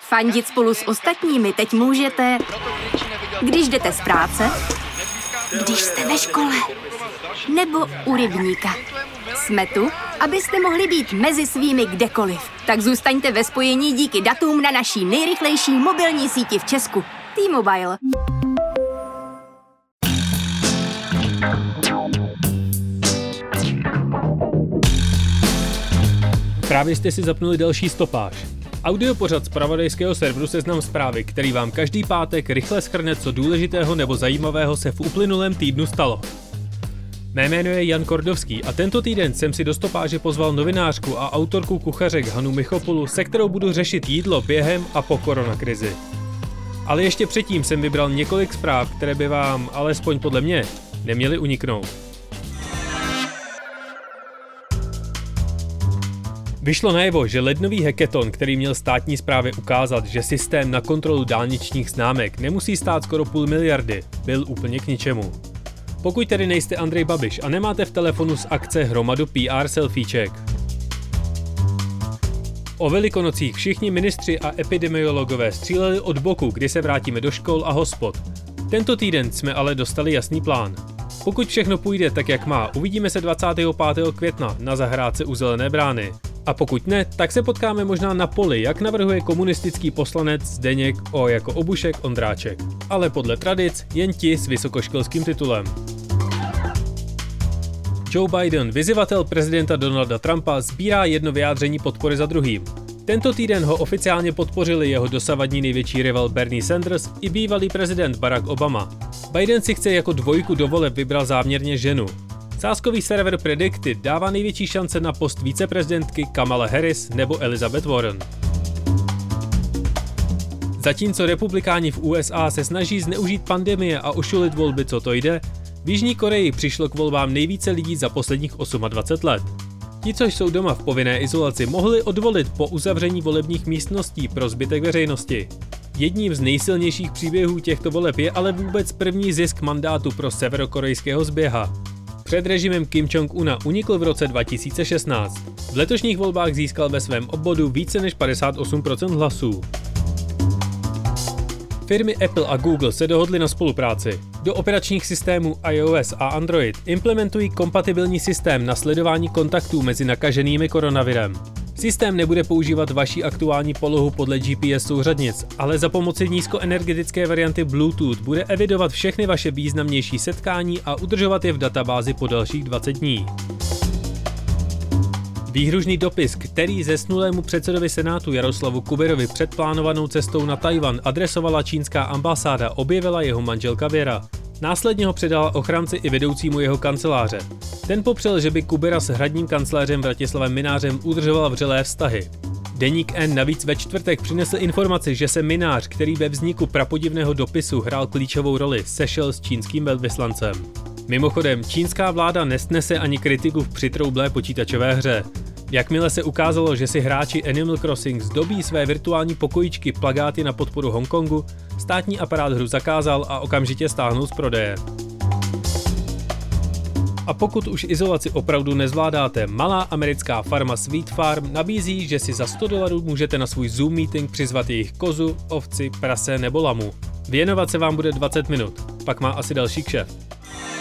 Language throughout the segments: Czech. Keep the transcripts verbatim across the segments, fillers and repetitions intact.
Fandit spolu s ostatními teď můžete, když jdete z práce, když jste ve škole, nebo u rybníka. Jsme tu, abyste mohli být mezi svými kdekoliv. Tak zůstaňte ve spojení díky datům na naší nejrychlejší mobilní síti v Česku. T-Mobile. Právě jste si zapnuli další stopáž. Audiopořad z zpravodajského serveru Seznam Zprávy, který vám každý pátek rychle shrne, co důležitého nebo zajímavého se v uplynulém týdnu stalo. Mé jméno je Jan Kordovský a tento týden jsem si do stopáže pozval novinářku a autorku kuchařek Hanu Michopulu, se kterou budu řešit jídlo během a po koronakrizi. Ale ještě předtím jsem vybral několik zpráv, které by vám, alespoň podle mě, neměly uniknout. Vyšlo najevo, že lednový hackathon, který měl státní správě ukázat, že systém na kontrolu dálničních známek nemusí stát skoro půl miliardy, byl úplně k ničemu. Pokud tedy nejste Andrej Babiš a nemáte v telefonu z akce hromadu P R selfieček. O Velikonocích všichni ministři a epidemiologové stříleli od boku, kdy se vrátíme do škol a hospod. Tento týden jsme ale dostali jasný plán. Pokud všechno půjde tak, jak má, uvidíme se dvacátého pátého května na zahrádce u Zelené brány. A pokud ne, tak se potkáme možná na poli, jak navrhuje komunistický poslanec Zdeněk O. jako Obušek Ondráček. Ale podle tradic jen ti s vysokoškolským titulem. Joe Biden, vyzývatel prezidenta Donalda Trumpa, sbírá jedno vyjádření podpory za druhým. Tento týden ho oficiálně podpořili jeho dosavadní největší rival Bernie Sanders i bývalý prezident Barack Obama. Biden si chce jako dvojku do voleb vybral záměrně ženu. Sázkový server Predicted dává největší šance na post viceprezidentky Kamala Harris nebo Elizabeth Warren. Zatímco republikáni v U S A se snaží zneužít pandemie a ošulit volby, co to jde, v Jižní Koreji přišlo k volbám nejvíce lidí za posledních dvacet osm let. Ti, co jsou doma v povinné izolaci, mohli odvolit po uzavření volebních místností pro zbytek veřejnosti. Jedním z nejsilnějších příběhů těchto voleb je ale vůbec první zisk mandátu pro severokorejského zběha. Před režimem Kim Jong-una unikl v roce dva tisíce šestnáct. V letošních volbách získal ve svém obvodu více než padesát osm procent hlasů. Firmy Apple a Google se dohodly na spolupráci. Do operačních systémů iOS a Android implementují kompatibilní systém na sledování kontaktů mezi nakaženými koronavirem. Systém nebude používat vaši aktuální polohu podle G P S souřadnic, ale za pomoci nízkoenergetické varianty Bluetooth bude evidovat všechny vaše významnější setkání a udržovat je v databázi po dalších dvacet dní. Výhružný dopis, který zesnulému předsedovi Senátu Jaroslavu Kubirovi před plánovanou cestou na Tajvan adresovala čínská ambasáda, objevila jeho manželka Věra. Následně ho předala ochránci i vedoucímu jeho kanceláře. Ten popřel, že by Kubira s hradním kancléřem Vratislavem Mynářem udržoval vřelé vztahy. Deník N navíc ve čtvrtek přinesl informaci, že se Mynář, který ve vzniku prapodivného dopisu hrál klíčovou roli, sešel s čínským velvyslancem. Mimochodem, čínská vláda nesnese ani kritiku v přitroublé počítačové hře. Jakmile se ukázalo, že si hráči Animal Crossing zdobí své virtuální pokojíčky plakáty na podporu Hongkongu, státní aparát hru zakázal a okamžitě stáhnul z prodeje. A pokud už izolaci opravdu nezvládáte, malá americká farma Sweet Farm nabízí, že si za sto dolarů můžete na svůj Zoom meeting přizvat jejich kozu, ovci, prase nebo lamu. Věnovat se vám bude dvacet minut, pak má asi další kšeft.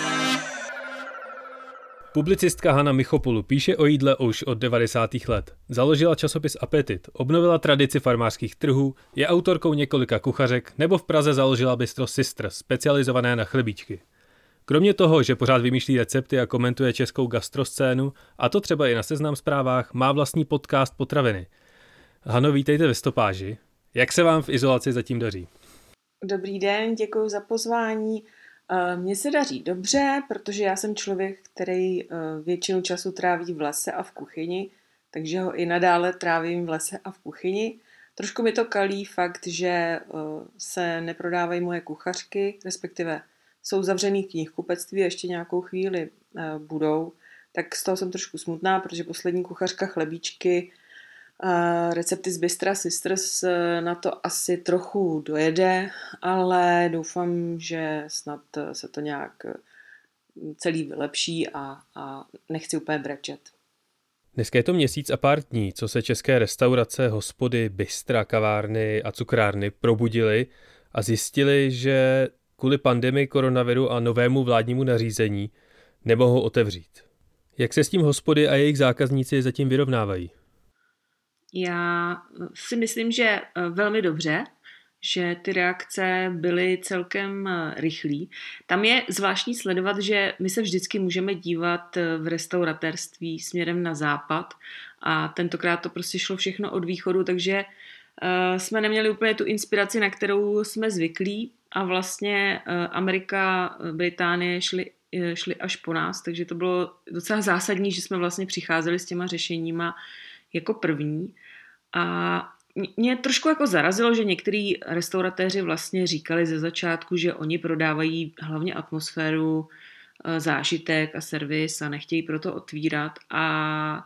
Publicistka Hana Michopulu píše o jídle už od devadesátých let. Založila časopis Apetit, obnovila tradici farmářských trhů, je autorkou několika kuchařek nebo v Praze založila bistro Sister, specializované na chlebíčky. Kromě toho, že pořád vymýšlí recepty a komentuje českou gastroscénu, a to třeba i na Seznam Zprávách, má vlastní podcast Potraviny. Hano, vítejte ve stopáži. Jak se vám v izolaci zatím daří? Dobrý den, děkuji za pozvání. Mně se daří dobře, protože já jsem člověk, který většinu času tráví v lese a v kuchyni, takže ho i nadále trávím v lese a v kuchyni. Trošku mi to kalí fakt, že se neprodávají moje kuchařky, respektive jsou zavřený v knihkupectví a ještě nějakou chvíli budou, tak z toho jsem trošku smutná, protože poslední kuchařka chlebíčky, recepty z Bystra Sisters na to asi trochu dojede, ale doufám, že snad se to nějak celý vylepší a, a nechci úplně brečet. Dneska je to měsíc a pár dní, co se české restaurace, hospody, bystra, kavárny a cukrárny probudily a zjistili, že kvůli pandemii koronaviru a novému vládnímu nařízení nemohou otevřít. Jak se s tím hospody a jejich zákazníci zatím vyrovnávají? Já si myslím, že velmi dobře, že ty reakce byly celkem rychlý. Tam je zvláštní sledovat, že my se vždycky můžeme dívat v restauratérství směrem na západ a tentokrát to prostě šlo všechno od východu, takže jsme neměli úplně tu inspiraci, na kterou jsme zvyklí a vlastně Amerika, Británie šly, šly až po nás, takže to bylo docela zásadní, že jsme vlastně přicházeli s těma řešeníma jako první. A mě trošku jako zarazilo, že některý restauratéři vlastně říkali ze začátku, že oni prodávají hlavně atmosféru, zážitek a servis a nechtějí proto otvírat. A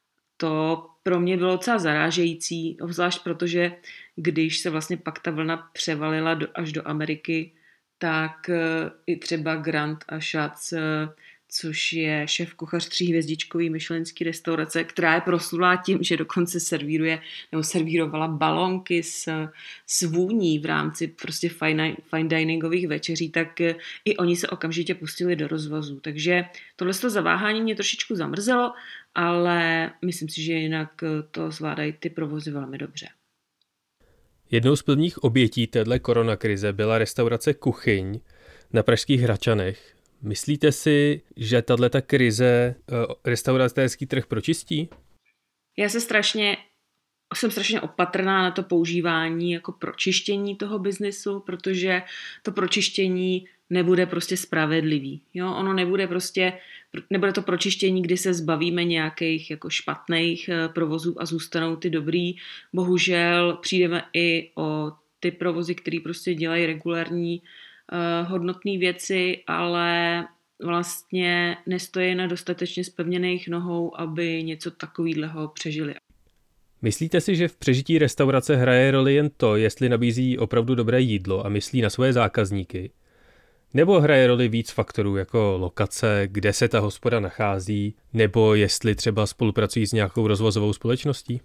to pro mě bylo docela zarážející, obzvlášť protože když se vlastně pak ta vlna převalila do, až do Ameriky, tak i třeba Grant a Schatz, což je šéfkuchař tříhvězdičkový michelinský restaurace, která je proslulá tím, že dokonce servíruje nebo servírovala balónky s, s vůní v rámci prostě fine, fine diningových večeří, tak i oni se okamžitě pustili do rozvozu. Takže tohle zaváhání mě trošičku zamrzelo, ale myslím si, že jinak to zvládají ty provozy velmi dobře. Jednou z prvních obětí téhle koronakrize byla restaurace Kuchyň na pražských Hradčanech. Myslíte si, že tato krize restauratérský trh pročistí? Já se strašně, jsem strašně opatrná na to používání jako pročištění toho biznesu, protože to pročištění nebude prostě spravedlivý. Jo? Ono nebude prostě, nebude to pročištění, kdy se zbavíme nějakých jako špatných provozů a zůstanou ty dobrý. Bohužel přijdeme i o ty provozy, které prostě dělají regulární hodnotné věci, ale vlastně nestojí na dostatečně zpevněných nohou, aby něco takového přežili. Myslíte si, že v přežití restaurace hraje roli jen to, jestli nabízí opravdu dobré jídlo a myslí na svoje zákazníky? Nebo hraje roli víc faktorů jako lokace, kde se ta hospoda nachází, nebo jestli třeba spolupracují s nějakou rozvozovou společností?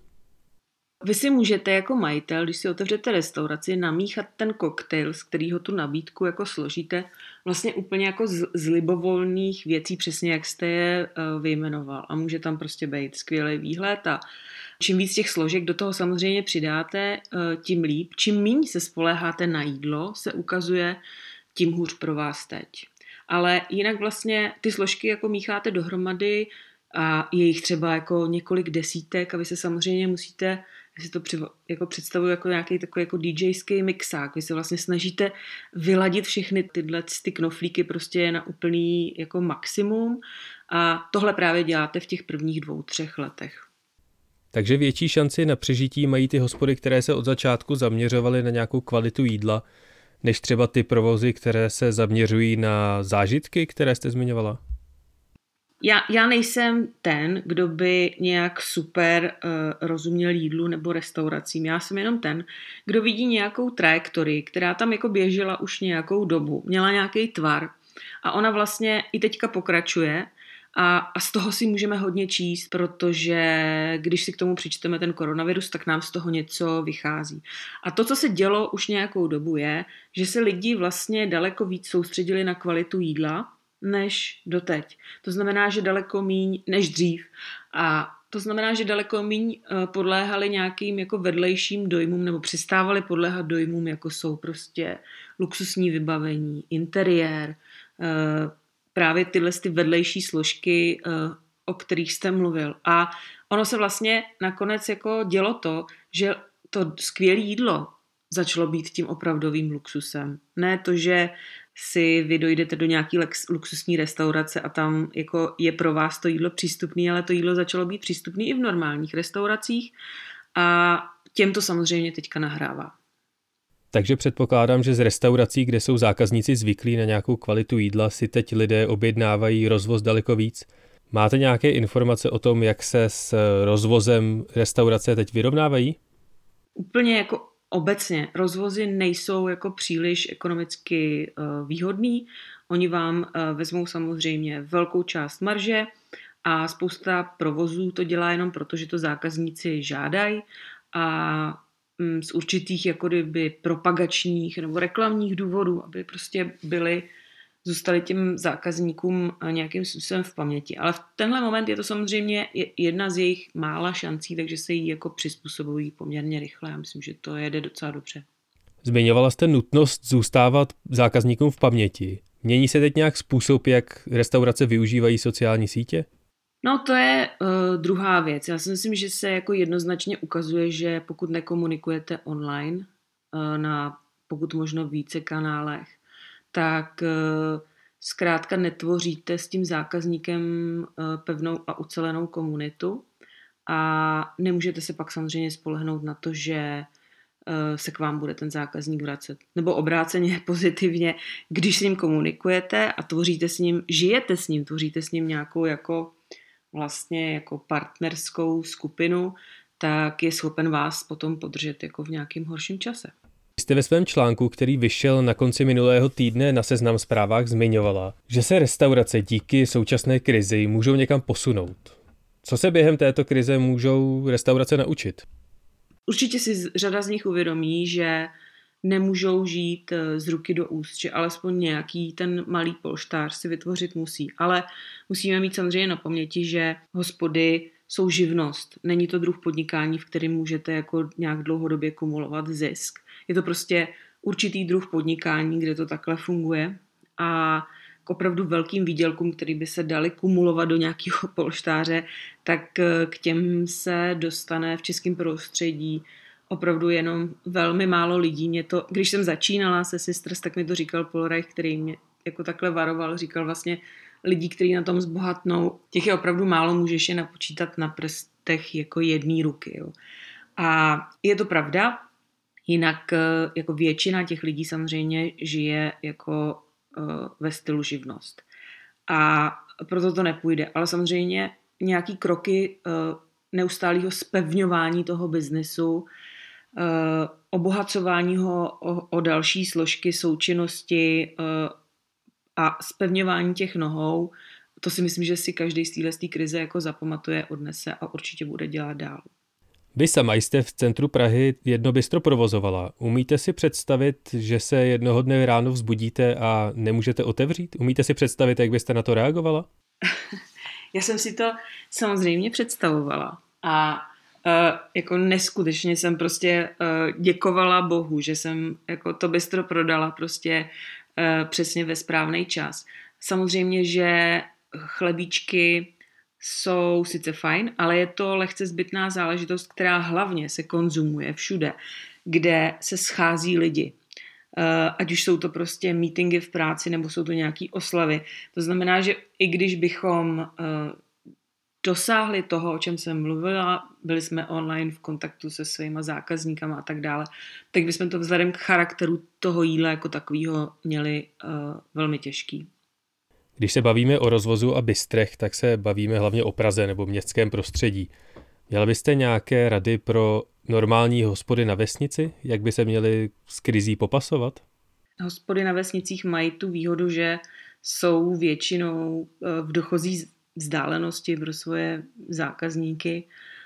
Vy si můžete jako majitel, když si otevřete restauraci, namíchat ten koktejl, z kterého tu nabídku jako složíte, vlastně úplně jako z, z libovolných věcí, přesně jak jste je uh, vyjmenoval. A může tam prostě být skvělý výhled a čím víc těch složek do toho samozřejmě přidáte, uh, tím líp. Čím míň se spoléháte na jídlo, se ukazuje, tím hůř pro vás teď. Ale jinak vlastně ty složky jako mícháte dohromady a je jich třeba jako několik desítek a vy se samozřejmě musíte, vy si to při, jako představuji jako nějaký takový jako DJský mixák. Vy se vlastně snažíte vyladit všechny tyhle ty knoflíky prostě na úplný jako maximum a tohle právě děláte v těch prvních dvou, třech letech. Takže větší šanci na přežití mají ty hospody, které se od začátku zaměřovaly na nějakou kvalitu jídla, než třeba ty provozy, které se zaměřují na zážitky, které jste zmiňovala? Já, já nejsem ten, kdo by nějak super uh, rozuměl jídlu nebo restauracím. Já jsem jenom ten, kdo vidí nějakou trajektorii, která tam jako běžela už nějakou dobu, měla nějaký tvar a ona vlastně i teďka pokračuje a, a z toho si můžeme hodně číst, protože když si k tomu přičteme ten koronavirus, tak nám z toho něco vychází. A to, co se dělo už nějakou dobu, je, že se lidi vlastně daleko víc soustředili na kvalitu jídla, než doteď. To znamená, že daleko míň než dřív. A to znamená, že daleko míň podléhali nějakým jako vedlejším dojmům nebo přestávali podléhat dojmům, jako jsou prostě luxusní vybavení, interiér, právě tyhle ty vedlejší složky, o kterých jste mluvil. A ono se vlastně nakonec jako dělo to, že to skvělé jídlo začalo být tím opravdovým luxusem. Ne to, že si vy dojdete do nějaký luxusní restaurace a tam jako je pro vás to jídlo přístupné, ale to jídlo začalo být přístupné i v normálních restauracích a těm to samozřejmě teďka nahrává. Takže předpokládám, že z restaurací, kde jsou zákazníci zvyklí na nějakou kvalitu jídla, si teď lidé objednávají rozvoz daleko víc. Máte nějaké informace o tom, jak se s rozvozem restaurace teď vyrovnávají? Úplně jako obecně rozvozy nejsou jako příliš ekonomicky uh, výhodný. Oni vám uh, vezmou samozřejmě velkou část marže a spousta provozů to dělá jenom proto, že to zákazníci žádají a z určitých jako kdyby propagačních nebo reklamních důvodů, aby prostě byly, zůstaly těm zákazníkům nějakým způsobem v paměti. Ale v tenhle moment je to samozřejmě jedna z jejich mála šancí, takže se jí jako přizpůsobují poměrně rychle. Já myslím, že to jede docela dobře. Zmiňovala jste nutnost zůstávat zákazníkům v paměti. Mění se teď nějak způsob, jak restaurace využívají sociální sítě? No to je uh, druhá věc. Já si myslím, že se jako jednoznačně ukazuje, že pokud nekomunikujete online uh, na pokud možno více kanálech, tak uh, zkrátka netvoříte s tím zákazníkem uh, pevnou a ucelenou komunitu a nemůžete se pak samozřejmě spolehnout na to, že uh, se k vám bude ten zákazník vracet. Nebo obráceně pozitivně, když s ním komunikujete a tvoříte s ním, žijete s ním, tvoříte s ním nějakou jako vlastně jako partnerskou skupinu, tak je schopen vás potom podržet jako v nějakým horším čase. Jste ve svém článku, který vyšel na konci minulého týdne na Seznam Zprávách, zmiňovala, že se restaurace díky současné krizi můžou někam posunout. Co se během této krize můžou restaurace naučit? Určitě si řada z nich uvědomí, že nemůžou žít z ruky do úst, že alespoň nějaký ten malý polštář si vytvořit musí. Ale musíme mít samozřejmě na paměti, že hospody jsou živnost. Není to druh podnikání, v kterém můžete jako nějak dlouhodobě kumulovat zisk. Je to prostě určitý druh podnikání, kde to takhle funguje a k opravdu velkým výdělkům, který by se dali kumulovat do nějakého polštáře, tak k těm se dostane v českém prostředí opravdu jenom velmi málo lidí. Mě to, když jsem začínala se Sisters, tak mi to říkal Paul Reich, který mě jako takhle varoval, říkal vlastně lidí, kteří na tom zbohatnou, těch je opravdu málo, můžeš je napočítat na prstech jako jedné ruky. Jo. A je to pravda, jinak jako většina těch lidí samozřejmě žije jako uh, ve stylu živnost. A proto to nepůjde. Ale samozřejmě nějaký kroky uh, neustálého zpevňování toho biznesu, Uh, obohacování ho o, o další složky součinnosti uh, a zpevňování těch nohou, to si myslím, že si každý z téhle krize jako zapamatuje, odnese a určitě bude dělat dál. Vy sama jste v centru Prahy jedno bistro provozovala. Umíte si představit, že se jednoho dne ráno vzbudíte a nemůžete otevřít? Umíte si představit, jak byste na to reagovala? Já jsem si to samozřejmě představovala a Uh, jako neskutečně jsem prostě uh, děkovala Bohu, že jsem jako to bistro prodala prostě uh, přesně ve správný čas. Samozřejmě, že chlebíčky jsou sice fajn, ale je to lehce zbytná záležitost, která hlavně se konzumuje všude, kde se schází lidi. Uh, ať už jsou to prostě meetingy v práci, nebo jsou to nějaký oslavy. To znamená, že i když bychom uh, dosáhli toho, o čem jsem mluvila, byli jsme online v kontaktu se svýma zákazníkama a tak dále, tak bychom to vzhledem k charakteru toho jídla jako takového měli uh, velmi těžký. Když se bavíme o rozvozu a bistrech, tak se bavíme hlavně o Praze nebo městském prostředí. Měla byste nějaké rady pro normální hospody na vesnici? Jak by se měly s krizí popasovat? Hospody na vesnicích mají tu výhodu, že jsou většinou v dochozí vzdálenosti pro svoje zákazníky,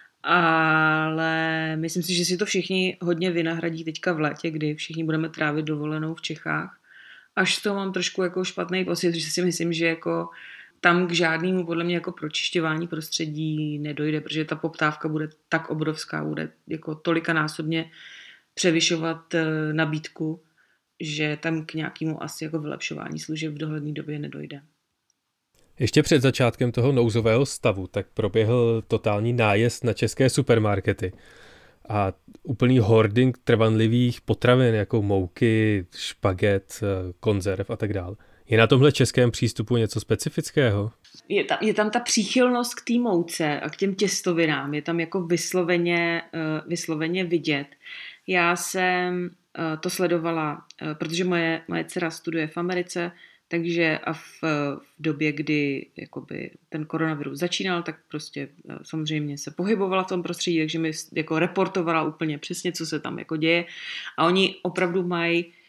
ale myslím si, že si to všichni hodně vynahradí teďka v létě, kdy všichni budeme trávit dovolenou v Čechách. Až z toho mám trošku jako špatný pocit, že si myslím, že jako tam k žádnému podle mě jako pročišťování prostředí nedojde, protože ta poptávka bude tak obrovská, bude jako tolikanásobně převyšovat nabídku, že tam k nějakému asi jako vylepšování služeb v dohledné době nedojde. Ještě před začátkem toho nouzového stavu tak proběhl totální nájezd na české supermarkety a úplný hoarding trvanlivých potravin jako mouky, špaget, konzerv a tak dále. Je na tomhle českém přístupu něco specifického? Je tam, je tam ta příchylnost k té mouce a k těm těstovinám, je tam jako vysloveně, vysloveně vidět. Já jsem to sledovala, protože moje, moje dcera studuje v Americe, takže a v, v době, kdy jakoby ten koronavirus začínal, tak prostě samozřejmě se pohybovala v tom prostředí, takže mi jako reportovala úplně přesně, co se tam jako děje. A oni opravdu mají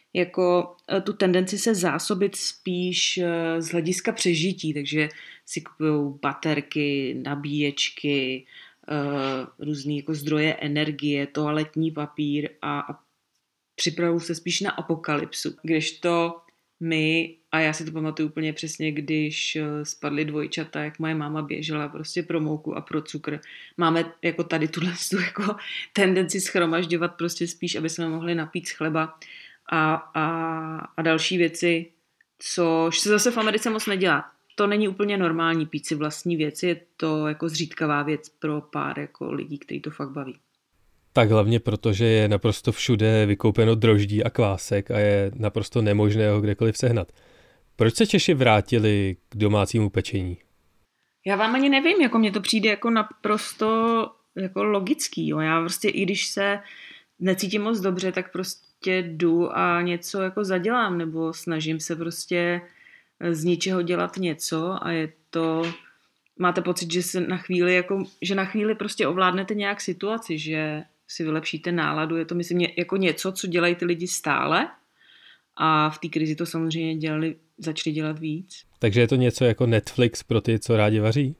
jako tu tendenci se zásobit spíš z hlediska přežití, takže si kupují baterky, nabíječky, různý jako zdroje energie, toaletní papír a, a připravují se spíš na apokalypsu. Kdežto my, a já si to pamatuju úplně přesně, když spadly dvojčata, jak moje máma běžela prostě pro mouku a pro cukr. Máme jako tady tuhle jako tendenci shromažďovat prostě spíš, aby jsme mohli napít z chleba a, a, a další věci, což se zase v Americe moc nedělá. To není úplně normální pít si vlastní věci, je to jako zřídkavá věc pro pár jako lidí, kteří to fakt baví. Tak hlavně proto, že je naprosto všude vykoupeno droždí a kvásek a je naprosto nemožné ho kdekoliv sehnat. Proč se Češi vrátili k domácímu pečení? Já vám ani nevím, jako mně to přijde jako naprosto jako logický. Jo. Já prostě i když se necítím moc dobře, tak prostě jdu a něco jako zadělám, nebo snažím se prostě z ničeho dělat něco a je to, máte pocit, že se na chvíli jako, že na chvíli prostě ovládnete nějak situaci, že si vylepšíte náladu, je to myslím jako něco, co dělají ty lidi stále a v té krizi to samozřejmě dělali, začali dělat víc. Takže je to něco jako Netflix pro ty, co rádi vaří?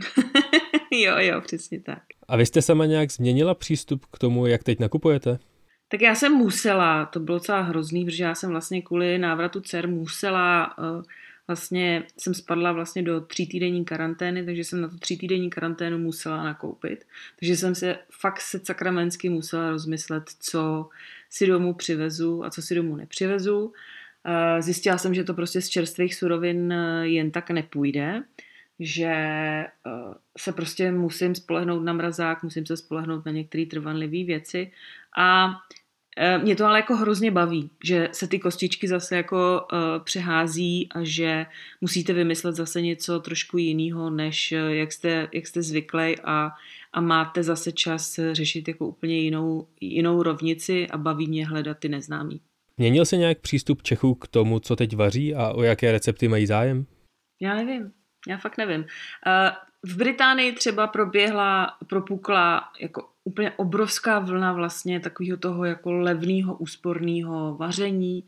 Jo, jo, přesně tak. A vy jste sama nějak změnila přístup k tomu, jak teď nakupujete? Tak já jsem musela, to bylo docela hrozný, protože já jsem vlastně kvůli návratu dcer musela, vlastně jsem spadla vlastně do třítýdenní karantény, takže jsem na tu třítýdenní karanténu musela nakoupit. Takže jsem se fakt se sakramensky musela rozmyslet, co si domů přivezu a co si domů nepřivezu. Zjistila jsem, že to prostě z čerstvých surovin jen tak nepůjde, že se prostě musím spolehnout na mrazák, musím se spolehnout na některé trvanlivé věci a mě to ale jako hrozně baví, že se ty kostičky zase jako uh, přehází a že musíte vymyslet zase něco trošku jiného, než jak jste, jak jste zvyklí a, a máte zase čas řešit jako úplně jinou, jinou rovnici a baví mě hledat ty neznámý. Měnil se nějak přístup Čechů k tomu, co teď vaří a o jaké recepty mají zájem? Já nevím, já fakt nevím. Uh, v Británii třeba proběhla, propukla jako úplně obrovská vlna vlastně takového toho jako levného, úsporného vaření,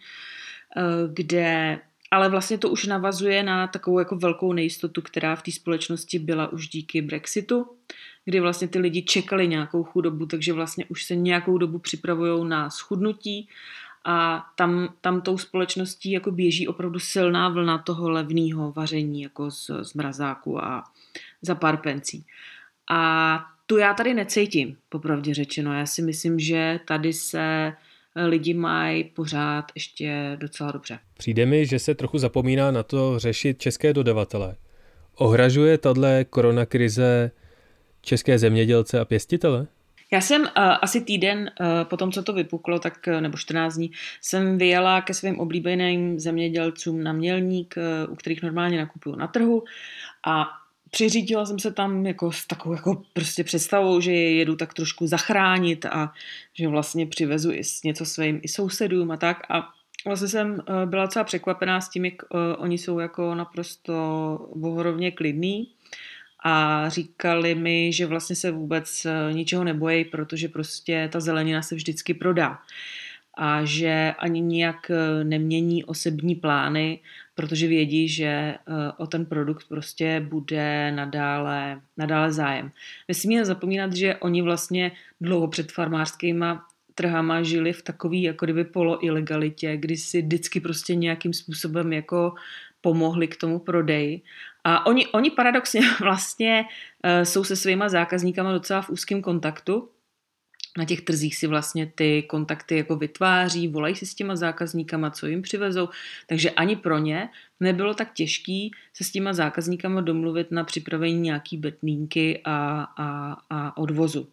kde, ale vlastně to už navazuje na takovou jako velkou nejistotu, která v té společnosti byla už díky Brexitu, kdy vlastně ty lidi čekali nějakou chudobu, takže vlastně už se nějakou dobu připravují na schudnutí a tam, tam tou společností jako běží opravdu silná vlna toho levného vaření jako z, z mrazáku a za pár pencí. A tu já tady necítím, popravdě řečeno. Já si myslím, že tady se lidi mají pořád ještě docela dobře. Přijde mi, že se trochu zapomíná na to řešit české dodavatele. Ohražuje tato koronakrize české zemědělce a pěstitele? Já jsem uh, asi týden uh, po tom, co to vypuklo, tak, nebo čtrnáct dní, jsem vyjela ke svým oblíbeným zemědělcům na Mělník, uh, u kterých normálně nakupuju na trhu a přiřídila jsem se tam jako s takovou jako prostě představou, že je jedu tak trošku zachránit a že vlastně přivezu i něco svým i sousedům a tak. A vlastně jsem byla docela překvapená s tím, jak oni jsou jako naprosto bohorovně klidný a říkali mi, že vlastně se vůbec ničeho nebojí, protože prostě ta zelenina se vždycky prodá. A že ani nijak nemění osobní plány, protože vědí, že o ten produkt prostě bude nadále, nadále zájem. Nesmíme zapomínat, že oni vlastně dlouho před farmářskýma trhama žili v takový jako kdyby poloilegalitě, kdy si vždycky prostě nějakým způsobem jako pomohli k tomu prodeji. A oni, oni paradoxně vlastně jsou se svýma zákazníkama docela v úzkém kontaktu. Na těch trzích si vlastně ty kontakty jako vytváří, volají si s těma zákazníkama, co jim přivezou, takže ani pro ně nebylo tak těžký se s těma zákazníkama domluvit na připravení nějaký betnínky a, a, a odvozu.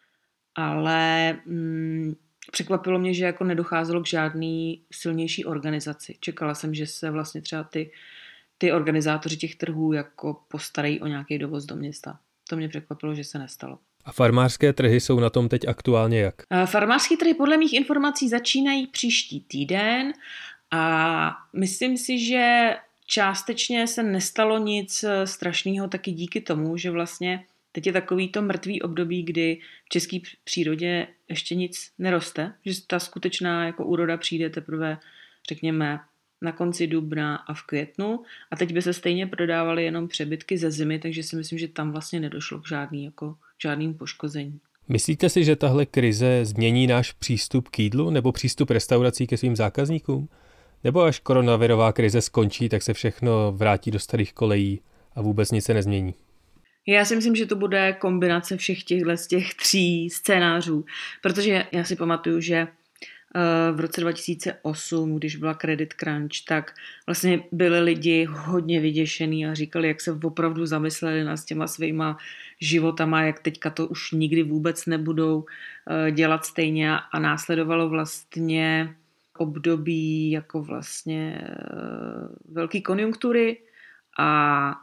Ale mm, překvapilo mě, že jako nedocházelo k žádný silnější organizaci. Čekala jsem, že se vlastně třeba ty, ty organizátoři těch trhů jako postarají o nějaký dovoz do města. To mě překvapilo, že se nestalo. A farmářské trhy jsou na tom teď aktuálně jak? Farmářské trhy podle mých informací začínají příští týden a myslím si, že částečně se nestalo nic strašného taky díky tomu, že vlastně teď je takový to mrtvý období, kdy v české přírodě ještě nic neroste, že ta skutečná jako úroda přijde teprve řekněme, na konci dubna a v květnu a teď by se stejně prodávaly jenom přebytky ze zimy, takže si myslím, že tam vlastně nedošlo k žádný, jako, žádným poškození. Myslíte si, že tahle krize změní náš přístup k jídlu nebo přístup restaurací ke svým zákazníkům? Nebo až koronavirová krize skončí, tak se všechno vrátí do starých kolejí a vůbec nic se nezmění? Já si myslím, že to bude kombinace všech těchto z těch tří scénářů, protože já si pamatuju, že v roce dva tisíce osm, když byla Credit Crunch, tak vlastně byli lidi hodně vyděšený a říkali, jak se opravdu zamysleli nad těma svýma životama, jak teďka to už nikdy vůbec nebudou dělat stejně a následovalo vlastně období jako vlastně velký konjunktury a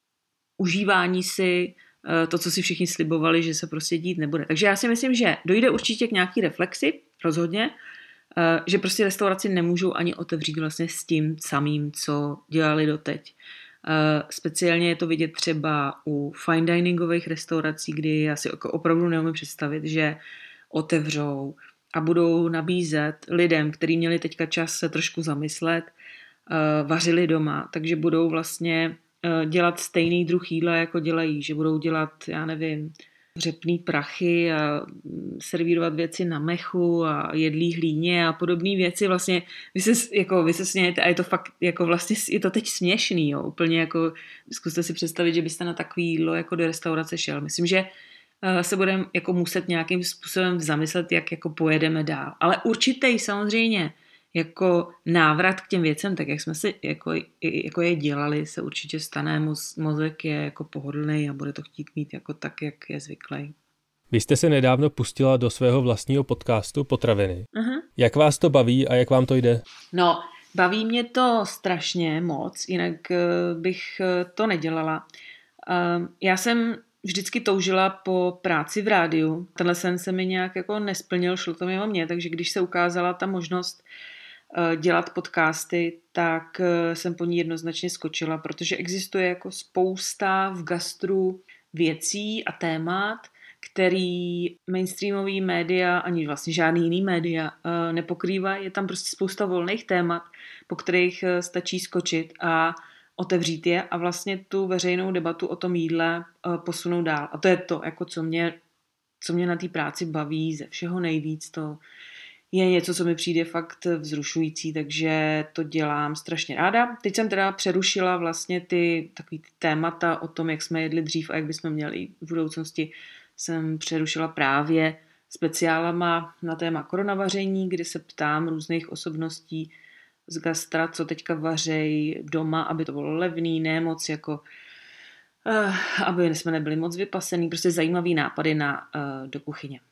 užívání si to, co si všichni slibovali, že se prostě dít nebude. Takže já si myslím, že dojde určitě k nějaký reflexi, rozhodně, že prostě restauraci nemůžou ani otevřít vlastně s tím samým, co dělali doteď. Speciálně je to vidět třeba u fine diningových restaurací, kdy já si opravdu neumím představit, že otevřou a budou nabízet lidem, kteří měli teďka čas se trošku zamyslet, vařili doma, takže budou vlastně dělat stejný druh jídla, jako dělají, že budou dělat, já nevím, řepný prachy a servírovat věci na mechu a jedlí hlíně a podobné věci. Vlastně vy se, jako, vy se smějete a je to fakt, jako vlastně je to teď směšný, jo, úplně jako, zkuste si představit, že byste na takový jídlo jako do restaurace šel. Myslím, že se budeme jako muset nějakým způsobem zamyslet, jak jako pojedeme dál. Ale určitý samozřejmě jako návrat k těm věcem, tak jak jsme si jako, jako je dělali, se určitě stane, mozek je jako pohodlný a bude to chtít mít jako tak, jak je zvyklý. Vy jste se nedávno pustila do svého vlastního podcastu Potraviny. Uh-huh. Jak vás to baví a jak vám to jde? No, baví mě to strašně moc, jinak bych to nedělala. Já jsem vždycky toužila po práci v rádiu. Tenhle sen se mi nějak jako nesplnil, šlo to mimo mě, takže když se ukázala ta možnost dělat podcasty, tak jsem po ní jednoznačně skočila, protože existuje jako spousta v gastru věcí a témat, který mainstreamový média, ani vlastně žádný jiný média nepokrývá. Je tam prostě spousta volných témat, po kterých stačí skočit a otevřít je a vlastně tu veřejnou debatu o tom jídle posunout dál. A to je to, jako co mě, co mě na té práci baví ze všeho nejvíc. To je něco, co mi přijde fakt vzrušující, takže to dělám strašně ráda. Teď jsem teda přerušila vlastně ty takový ty témata o tom, jak jsme jedli dřív a jak bychom měli v budoucnosti. Jsem přerušila právě speciálama na téma koronavaření, kde se ptám různých osobností z gastra, co teďka vařej doma, aby to bylo levný, ne moc jako, uh, aby jsme nebyli moc vypasený, prostě zajímavý nápady na, uh, do kuchyně.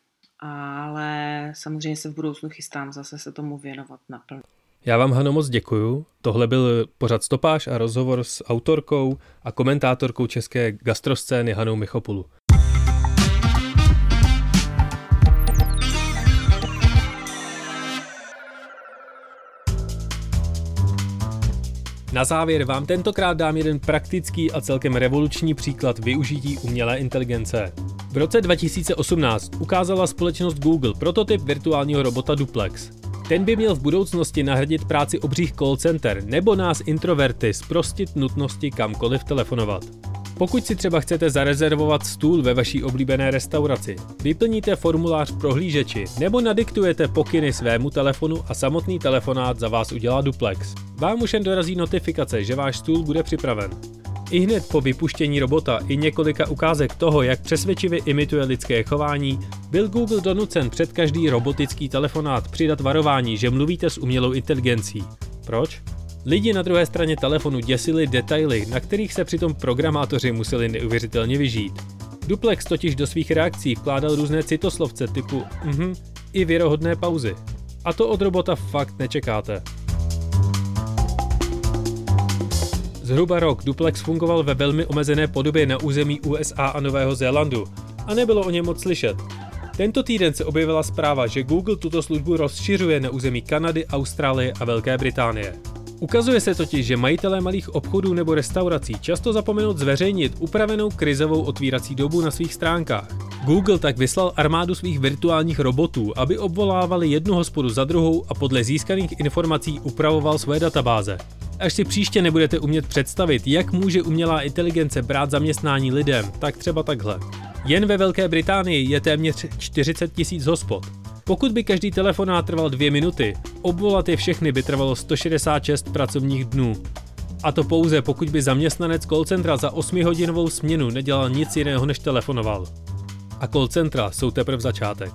Ale samozřejmě se v budoucnu chystám zase se tomu věnovat naplno. Já vám, Hano, moc děkuju. Tohle byl pořad Stopáž a rozhovor s autorkou a komentátorkou české gastroscény Hanou Michopulu. Na závěr vám tentokrát dám jeden praktický a celkem revoluční příklad využití umělé inteligence. V roce dva tisíce osmnáct ukázala společnost Google prototyp virtuálního robota Duplex. Ten by měl v budoucnosti nahradit práci obřích call center nebo nás introverty zprostit nutnosti kamkoliv telefonovat. Pokud si třeba chcete zarezervovat stůl ve vaší oblíbené restauraci, vyplníte formulář v prohlížeči nebo nadiktujete pokyny svému telefonu a samotný telefonát za vás udělá Duplex. Vám už jen dorazí notifikace, že váš stůl bude připraven. I hned po vypuštění robota i několika ukázek toho, jak přesvědčivě imituje lidské chování, byl Google donucen před každý robotický telefonát přidat varování, že mluvíte s umělou inteligencí. Proč? Lidi na druhé straně telefonu děsili detaily, na kterých se přitom programátoři museli neuvěřitelně vyžít. Duplex totiž do svých reakcí vkládal různé citoslovce typu mhm i věrohodné pauzy. A to od robota fakt nečekáte. Zhruba rok Duplex fungoval ve velmi omezené podobě na území U S A a Nového Zélandu a nebylo o něm moc slyšet. Tento týden se objevila zpráva, že Google tuto službu rozšiřuje na území Kanady, Austrálie a Velké Británie. Ukazuje se totiž, že majitelé malých obchodů nebo restaurací často zapomenou zveřejnit upravenou krizovou otvírací dobu na svých stránkách. Google tak vyslal armádu svých virtuálních robotů, aby obvolávali jednu hospodu za druhou a podle získaných informací upravoval svoje databáze. Až si příště nebudete umět představit, jak může umělá inteligence brát zaměstnání lidem, tak třeba takhle. Jen ve Velké Británii je téměř čtyřicet tisíc hospod. Pokud by každý telefonát trval dvě minuty, obvolat je všechny by trvalo sto šedesát šest pracovních dnů. A to pouze pokud by zaměstnanec call centra za osmihodinovou směnu nedělal nic jiného než telefonoval. A call centra jsou teprve začátek.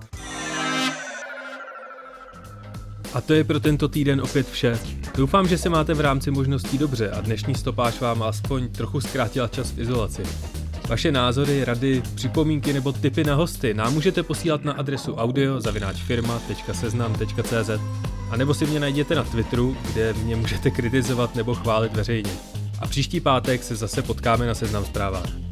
A to je pro tento týden opět vše. Doufám, že se máte v rámci možností dobře a dnešní stopáž vám aspoň trochu zkrátila čas v izolaci. Vaše názory, rady, připomínky nebo tipy na hosty nám můžete posílat na adresu audio zavináč firma tečka seznam tečka cé zet a nebo si mě najděte na Twitteru, kde mě můžete kritizovat nebo chválit veřejně. A příští pátek se zase potkáme na Seznam Zprávách.